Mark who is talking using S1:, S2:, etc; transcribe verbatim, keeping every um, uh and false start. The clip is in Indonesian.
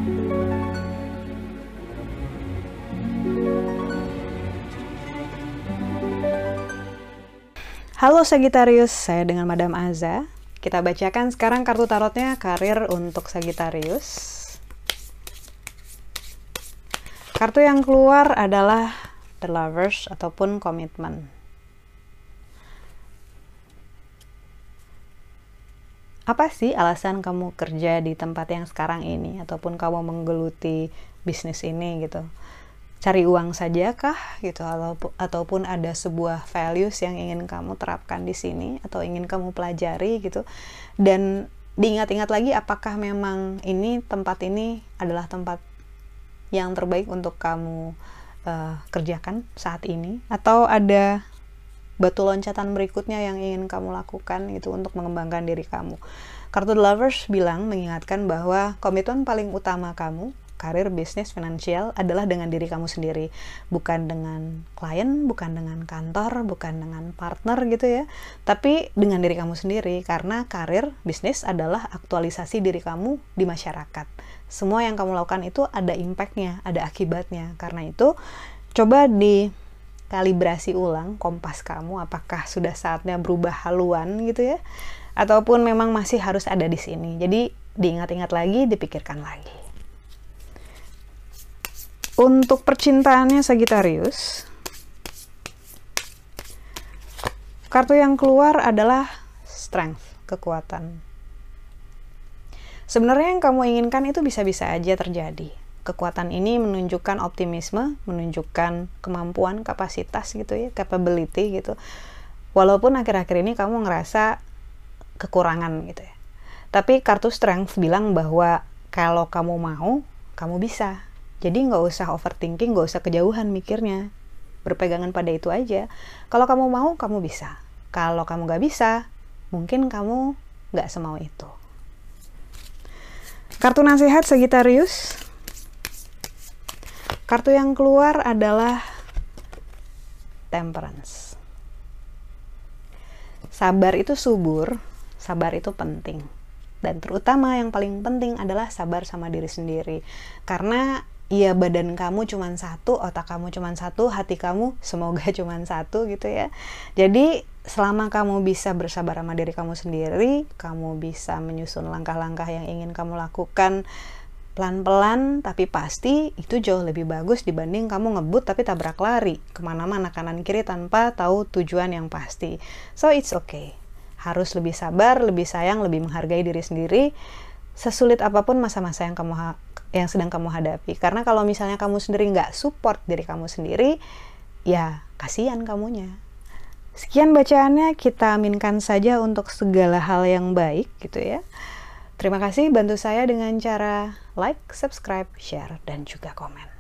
S1: Halo Sagittarius, saya dengan Madam Aza. Kita bacakan sekarang kartu tarotnya karir untuk Sagittarius. Kartu yang keluar adalah The Lovers ataupun komitmen. Apa sih alasan kamu kerja di tempat yang sekarang ini ataupun kamu menggeluti bisnis ini gitu? Cari uang saja kah gitu, atau ataupun ada sebuah values yang ingin kamu terapkan di sini atau ingin kamu pelajari gitu. Dan diingat-ingat lagi, apakah memang ini tempat ini adalah tempat yang terbaik untuk kamu uh, kerjakan saat ini, atau ada batu loncatan berikutnya yang ingin kamu lakukan gitu untuk mengembangkan diri kamu. Kartu The Lovers bilang, mengingatkan bahwa komitmen paling utama kamu, karir, bisnis, finansial adalah dengan diri kamu sendiri, bukan dengan klien, bukan dengan kantor, bukan dengan partner gitu ya, tapi dengan diri kamu sendiri, karena karir, bisnis adalah aktualisasi diri kamu di masyarakat. Semua yang kamu lakukan itu ada impact-nya, ada akibatnya. Karena itu coba dikalibrasi ulang kompas kamu, apakah sudah saatnya berubah haluan gitu ya, ataupun memang masih harus ada di sini. Jadi diingat-ingat lagi, dipikirkan lagi. Untuk percintaannya Sagittarius, kartu yang keluar adalah strength, kekuatan. Sebenarnya yang kamu inginkan itu bisa-bisa aja terjadi. Kekuatan ini menunjukkan optimisme, menunjukkan kemampuan, kapasitas gitu ya, capability gitu. Walaupun akhir-akhir ini kamu ngerasa kekurangan gitu ya. Tapi kartu strength bilang bahwa kalau kamu mau, kamu bisa. Jadi nggak usah overthinking, nggak usah kejauhan mikirnya. Berpegangan pada itu aja. Kalau kamu mau, kamu bisa. Kalau kamu nggak bisa, mungkin kamu nggak semau itu. Kartu nasihat Sagittarius. Kartu yang keluar adalah Temperance. Sabar itu subur, sabar itu penting. Dan terutama yang paling penting adalah sabar sama diri sendiri. Karena ya badan kamu cuma satu, otak kamu cuma satu, hati kamu semoga cuma satu gitu ya. Jadi selama kamu bisa bersabar sama diri kamu sendiri, kamu bisa menyusun langkah-langkah yang ingin kamu lakukan pelan-pelan tapi pasti, itu jauh lebih bagus dibanding kamu ngebut tapi tabrak lari kemana-mana kanan kiri tanpa tahu tujuan yang pasti. So it's okay. Harus lebih sabar, lebih sayang, lebih menghargai diri sendiri sesulit apapun masa-masa yang kamu yang sedang kamu hadapi. Karena kalau misalnya kamu sendiri nggak support diri kamu sendiri, ya kasihan kamunya. Sekian bacaannya, kita aminkan saja untuk segala hal yang baik gitu ya. Terima kasih, bantu saya dengan cara like, subscribe, share, dan juga komen.